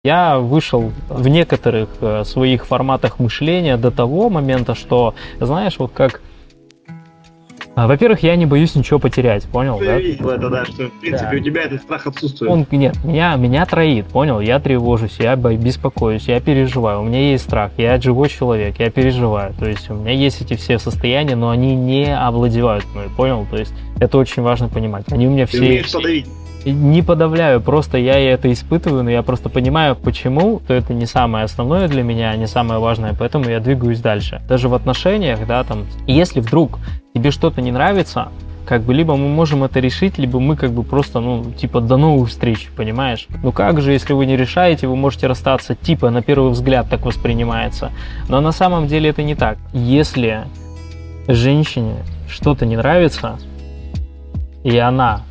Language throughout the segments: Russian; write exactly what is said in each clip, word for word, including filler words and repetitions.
Я вышел в некоторых э, своих форматах мышления до того момента, что, знаешь, вот как... А, во-первых, я не боюсь ничего потерять, понял, Ты да? видел это, да, что, в принципе, Да. у тебя этот страх отсутствует. Он, нет, меня, меня троит, понял? Я тревожусь, я бо- беспокоюсь, я переживаю, у меня есть страх, я живой человек, я переживаю. То есть у меня есть эти все состояния, но они не овладевают мной, понял? То есть это очень важно понимать. Они у меня Ты все... умеешь подавить. Не подавляю, просто я и это испытываю, но я просто понимаю, почему, то это не самое основное для меня, не самое важное, поэтому я двигаюсь дальше. Даже в отношениях, да, там, если вдруг тебе что-то не нравится, как бы либо мы можем это решить, либо мы как бы просто, ну, типа, до новых встреч, понимаешь? Ну как же, если вы не решаете, вы можете расстаться, типа, на первый взгляд так воспринимается. Но на самом деле это не так. Если женщине что-то не нравится, и она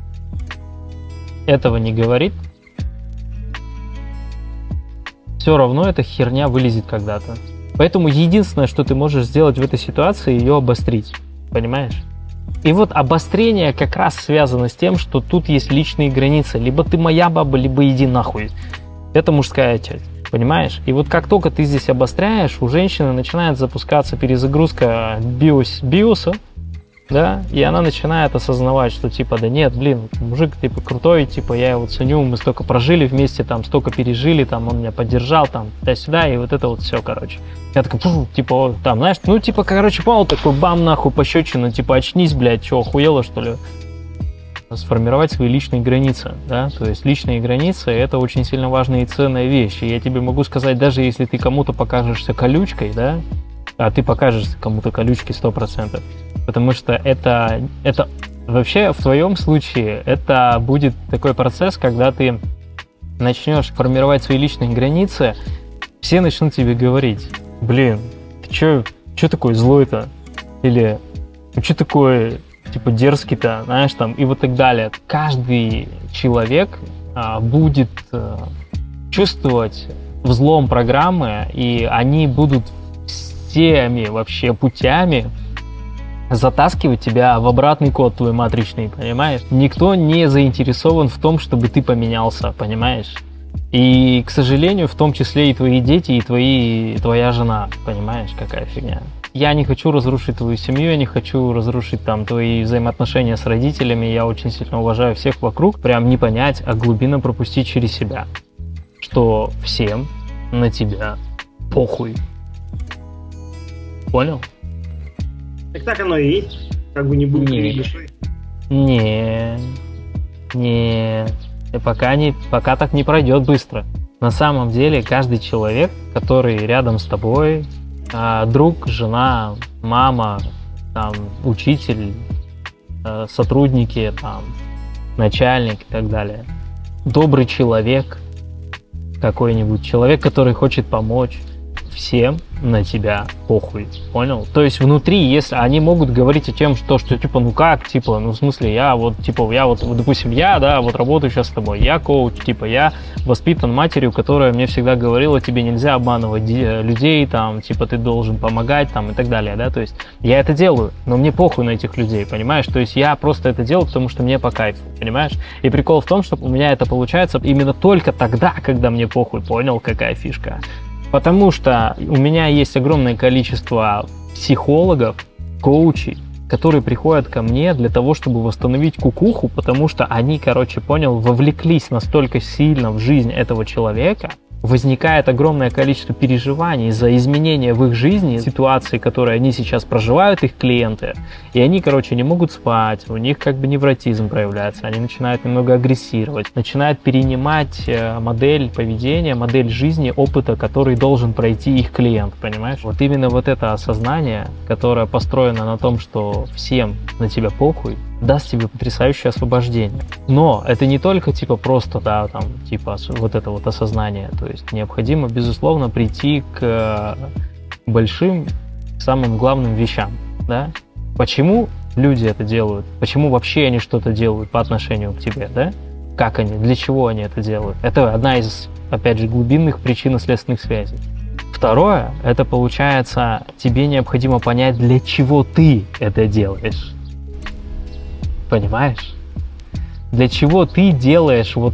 этого не говорит, все равно эта херня вылезет когда-то. Поэтому единственное, что ты можешь сделать в этой ситуации, ее обострить. Понимаешь? И вот обострение как раз связано с тем, что тут есть личные границы. Либо ты моя баба, либо иди нахуй. Это мужская часть. Понимаешь? И вот как только ты здесь обостряешь, у женщины начинает запускаться перезагрузка биос, биоса, да, и она начинает осознавать, что типа, да нет, блин, мужик типа крутой, типа я его ценю, мы столько прожили вместе, там, столько пережили, там, он меня поддержал, там, туда-сюда, и вот это вот все, короче. Я такой, пфу, типа, вот, там, знаешь, ну, типа, короче, понял, такой бам, нахуй, пощечина, типа, очнись, блядь, что, охуела, что ли? Сформировать свои личные границы, да, то есть личные границы — это очень сильно важная и ценная вещь, и я тебе могу сказать, даже если ты кому-то покажешься колючкой, да, а ты покажешься кому-то колючкой сто процентов, потому что это, это вообще в твоем случае это будет такой процесс, когда ты начнешь формировать свои личные границы, все начнут тебе говорить, блин, ты чё, чё такой злой-то? Или ну, чё такой, типа, дерзкий-то, знаешь, там, и вот так далее. Каждый человек а, будет а, чувствовать взлом программы, и они будут всеми вообще путями затаскивать тебя в обратный код твой матричный, понимаешь? Никто не заинтересован в том, чтобы ты поменялся, понимаешь? И, к сожалению, в том числе и твои дети, и твои, твоя жена, понимаешь, какая фигня. Я не хочу разрушить твою семью, я не хочу разрушить там твои взаимоотношения с родителями, я очень сильно уважаю всех вокруг, прям не понять, а глубинно пропустить через себя, что всем на тебя похуй. Понял? Так так оно и есть. Как бы не будет Не. душой. Не, не, пока, не, пока так не пройдет быстро. На самом деле каждый человек, который рядом с тобой, а, друг, жена, мама, там, учитель, а, сотрудники, там, начальник и так далее, добрый человек, какой-нибудь человек, который хочет помочь, всем на тебя похуй, понял? То есть внутри, если они могут говорить о тем, что, что типа, ну как, типа, ну в смысле, я вот, типа, я вот, допустим, я, да, вот работаю сейчас с тобой, я коуч, типа, я воспитан матерью, которая мне всегда говорила, тебе нельзя обманывать людей, там, типа, ты должен помогать, там, и так далее, да, то есть я это делаю, но мне похуй на этих людей, понимаешь? То есть я просто это делаю, потому что мне по кайфу, понимаешь? И прикол в том, что у меня это получается именно только тогда, когда мне похуй, понял, какая фишка? Потому что у меня есть огромное количество психологов, коучей, которые приходят ко мне для того, чтобы восстановить кукуху, потому что они, короче, понял, вовлеклись настолько сильно в жизнь этого человека, возникает огромное количество переживаний из-за изменения в их жизни, ситуации, которые они сейчас проживают, их клиенты, и они, короче, не могут спать, у них как бы невротизм проявляется, они начинают немного агрессировать, начинают перенимать модель поведения, модель жизни, опыта, который должен пройти их клиент, понимаешь? Вот именно вот это осознание, которое построено на том, что всем на тебя похуй, даст тебе потрясающее освобождение. Но это не только типа просто, да, там, типа вот это вот осознание. То есть необходимо, безусловно, прийти к большим, самым главным вещам, да. Почему люди это делают? Почему вообще они что-то делают по отношению к тебе, да? Как они, для чего они это делают? Это одна из, опять же, глубинных причинно-следственных связей. Второе, это получается, тебе необходимо понять, для чего ты это делаешь. Понимаешь? Для чего ты делаешь вот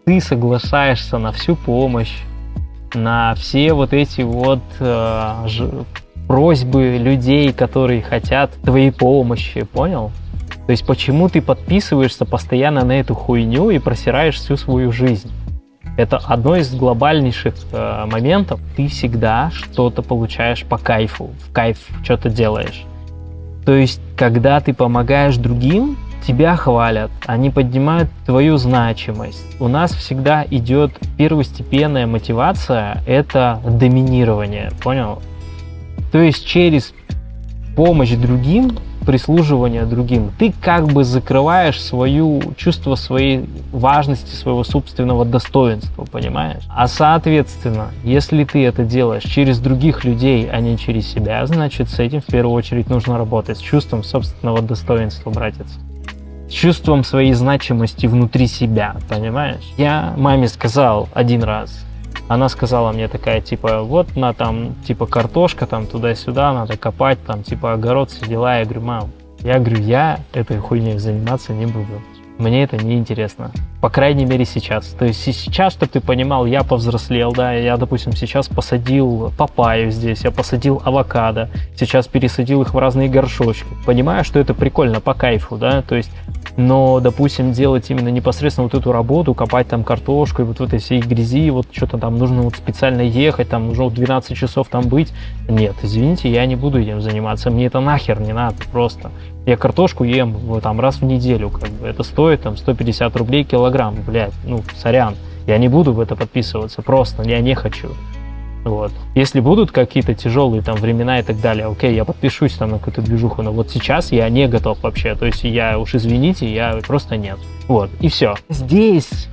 ты соглашаешься на всю помощь, на все вот эти вот э, ж, просьбы людей, которые хотят твоей помощи, понял? То есть почему ты подписываешься постоянно на эту хуйню и просираешь всю свою жизнь? Это одно из глобальнейших э, моментов. Ты всегда что-то получаешь по кайфу, в кайф что-то делаешь. То есть, когда ты помогаешь другим, тебя хвалят, они поднимают твою значимость. У нас всегда идет первостепенная мотивация, это доминирование, понял? То есть, через помощь другим, прислуживание другим, ты как бы закрываешь свое чувство своей важности, своего собственного достоинства, понимаешь? А соответственно, если ты это делаешь через других людей, а не через себя, значит, с этим в первую очередь нужно работать, с чувством собственного достоинства, братец. С чувством своей значимости внутри себя, понимаешь? Я маме сказал один раз, она сказала мне такая, типа, вот на там, типа, картошка там туда-сюда, надо копать, там, типа, огород, все дела. Я говорю, мам, я говорю, я этой хуйней заниматься не буду. Мне это не интересно. По крайней мере, сейчас. То есть сейчас, чтобы ты понимал, я повзрослел, да, я, допустим, сейчас посадил папайю здесь, я посадил авокадо, сейчас пересадил их в разные горшочки. Понимаю, что это прикольно, по кайфу, да, то есть, но, допустим, делать именно непосредственно вот эту работу, копать там картошку, и вот в этой всей грязи, вот что-то там нужно вот специально ехать, там нужно двенадцать часов там быть. Нет, извините, я не буду этим заниматься, мне это нахер не надо просто. Я картошку ем вот, там раз в неделю, как бы, это стоит там сто пятьдесят рублей килограмм, блядь, ну, сорян. Я не буду в это подписываться, просто, я не хочу. Вот. Если будут какие-то тяжелые там времена и так далее, окей, я подпишусь там на какую-то движуху, но вот сейчас я не готов вообще, то есть я, уж извините, я просто нет. Вот, и все. Здесь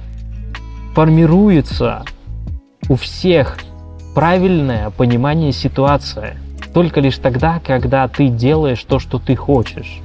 формируется у всех правильное понимание ситуации. Только лишь тогда, когда ты делаешь то, что ты хочешь.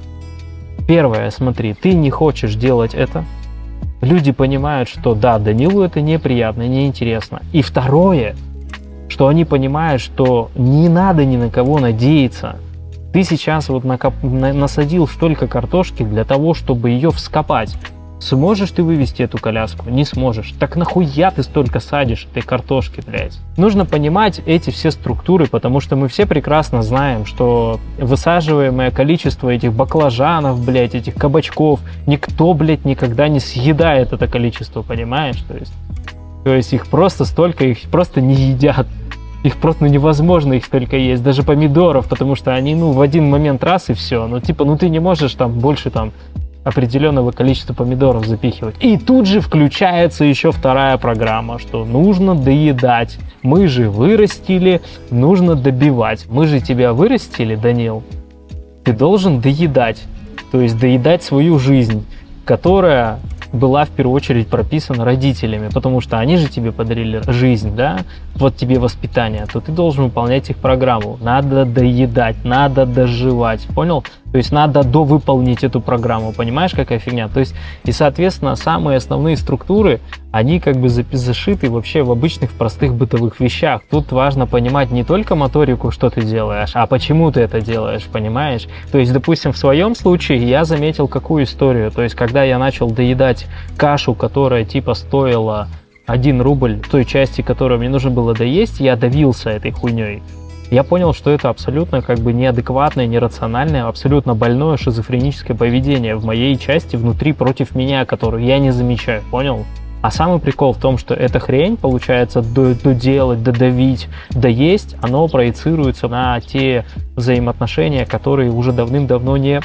Первое, смотри, ты не хочешь делать это. Люди понимают, что да, Данилу это неприятно, неинтересно. И второе, что они понимают, что не надо ни на кого надеяться. Ты сейчас вот накоп... насадил столько картошки для того, чтобы ее вскопать. Сможешь ты вывести эту коляску? Не сможешь. Так нахуя ты столько садишь этой картошки, блядь? Нужно понимать эти все структуры, потому что мы все прекрасно знаем, что высаживаемое количество этих баклажанов, блядь, этих кабачков, никто, блядь, никогда не съедает это количество, понимаешь? То есть, то есть их просто столько, их просто не едят. Их просто ну, невозможно их столько есть, даже помидоров, потому что они, ну, в один момент раз и все. Ну, типа, ну ты не можешь там больше там определенного количества помидоров запихивать. И тут же включается еще вторая программа, что нужно доедать. Мы же вырастили, нужно добивать. Мы же тебя вырастили, Данил. Ты должен доедать. То есть доедать свою жизнь, которая была в первую очередь прописана родителями, потому что они же тебе подарили жизнь, да, вот тебе воспитание, то ты должен выполнять их программу. Надо доедать, надо доживать, понял? То есть надо довыполнить эту программу, понимаешь, какая фигня? То есть, и, соответственно, самые основные структуры, они как бы зашиты вообще в обычных простых бытовых вещах. Тут важно понимать не только моторику, что ты делаешь, а почему ты это делаешь, понимаешь? То есть, допустим, в своем случае я заметил какую историю. То есть, когда я начал доедать кашу, которая типа стоила один рубль, той части, которую мне нужно было доесть, я давился этой хуйней. Я понял, что это абсолютно как бы неадекватное, нерациональное, абсолютно больное шизофреническое поведение в моей части внутри против меня, которую я не замечаю, понял? А самый прикол в том, что эта хрень, получается, доделать, додавить, доесть, оно проецируется на те взаимоотношения, которые уже давным-давно не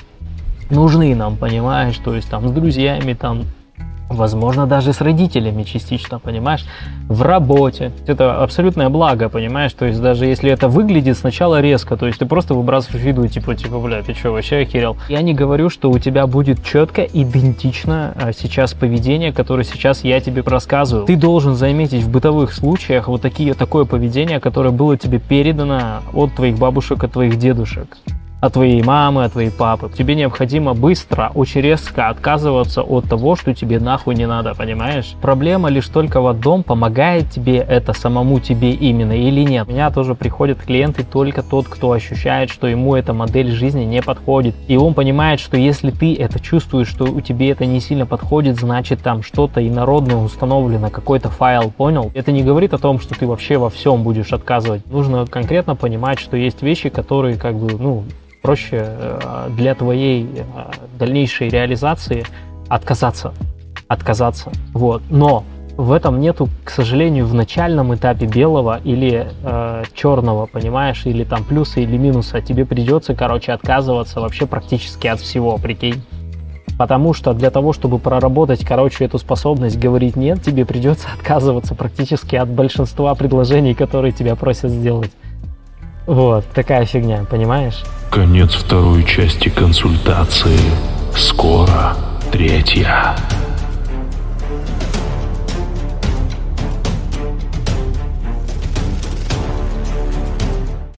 нужны нам, понимаешь? То есть там с друзьями, там, возможно, даже с родителями частично, понимаешь, в работе. Это абсолютное благо, понимаешь, то есть даже если это выглядит сначала резко, то есть ты просто выбрасываешь виду, типа, типа, бля, ты что, вообще охерел? Я не говорю, что у тебя будет четко, идентично сейчас поведение, которое сейчас я тебе рассказываю. Ты должен заметить в бытовых случаях вот такие, такое поведение, которое было тебе передано от твоих бабушек, от твоих дедушек. от твоей мамы, от твоей папы. Тебе необходимо быстро, очень резко отказываться от того, что тебе нахуй не надо, понимаешь? Проблема лишь только в одном, помогает тебе это самому тебе именно или нет. У меня тоже приходят клиенты только тот, кто ощущает, что ему эта модель жизни не подходит. И он понимает, что если ты это чувствуешь, что у тебя это не сильно подходит, значит там что-то инородное установлено, какой-то файл, понял? Это не говорит о том, что ты вообще во всем будешь отказывать. Нужно конкретно понимать, что есть вещи, которые как бы, ну, проще для твоей дальнейшей реализации отказаться. Отказаться. Вот. Но в этом нету, к сожалению, в начальном этапе белого или э, черного, понимаешь, или там плюса или минуса. Тебе придется, короче, отказываться вообще практически от всего, прикинь. Потому что для того, чтобы проработать, короче, эту способность говорить «нет», тебе придется отказываться практически от большинства предложений, которые тебя просят сделать. Вот, такая фигня, понимаешь? Конец второй части консультации. Скоро третья.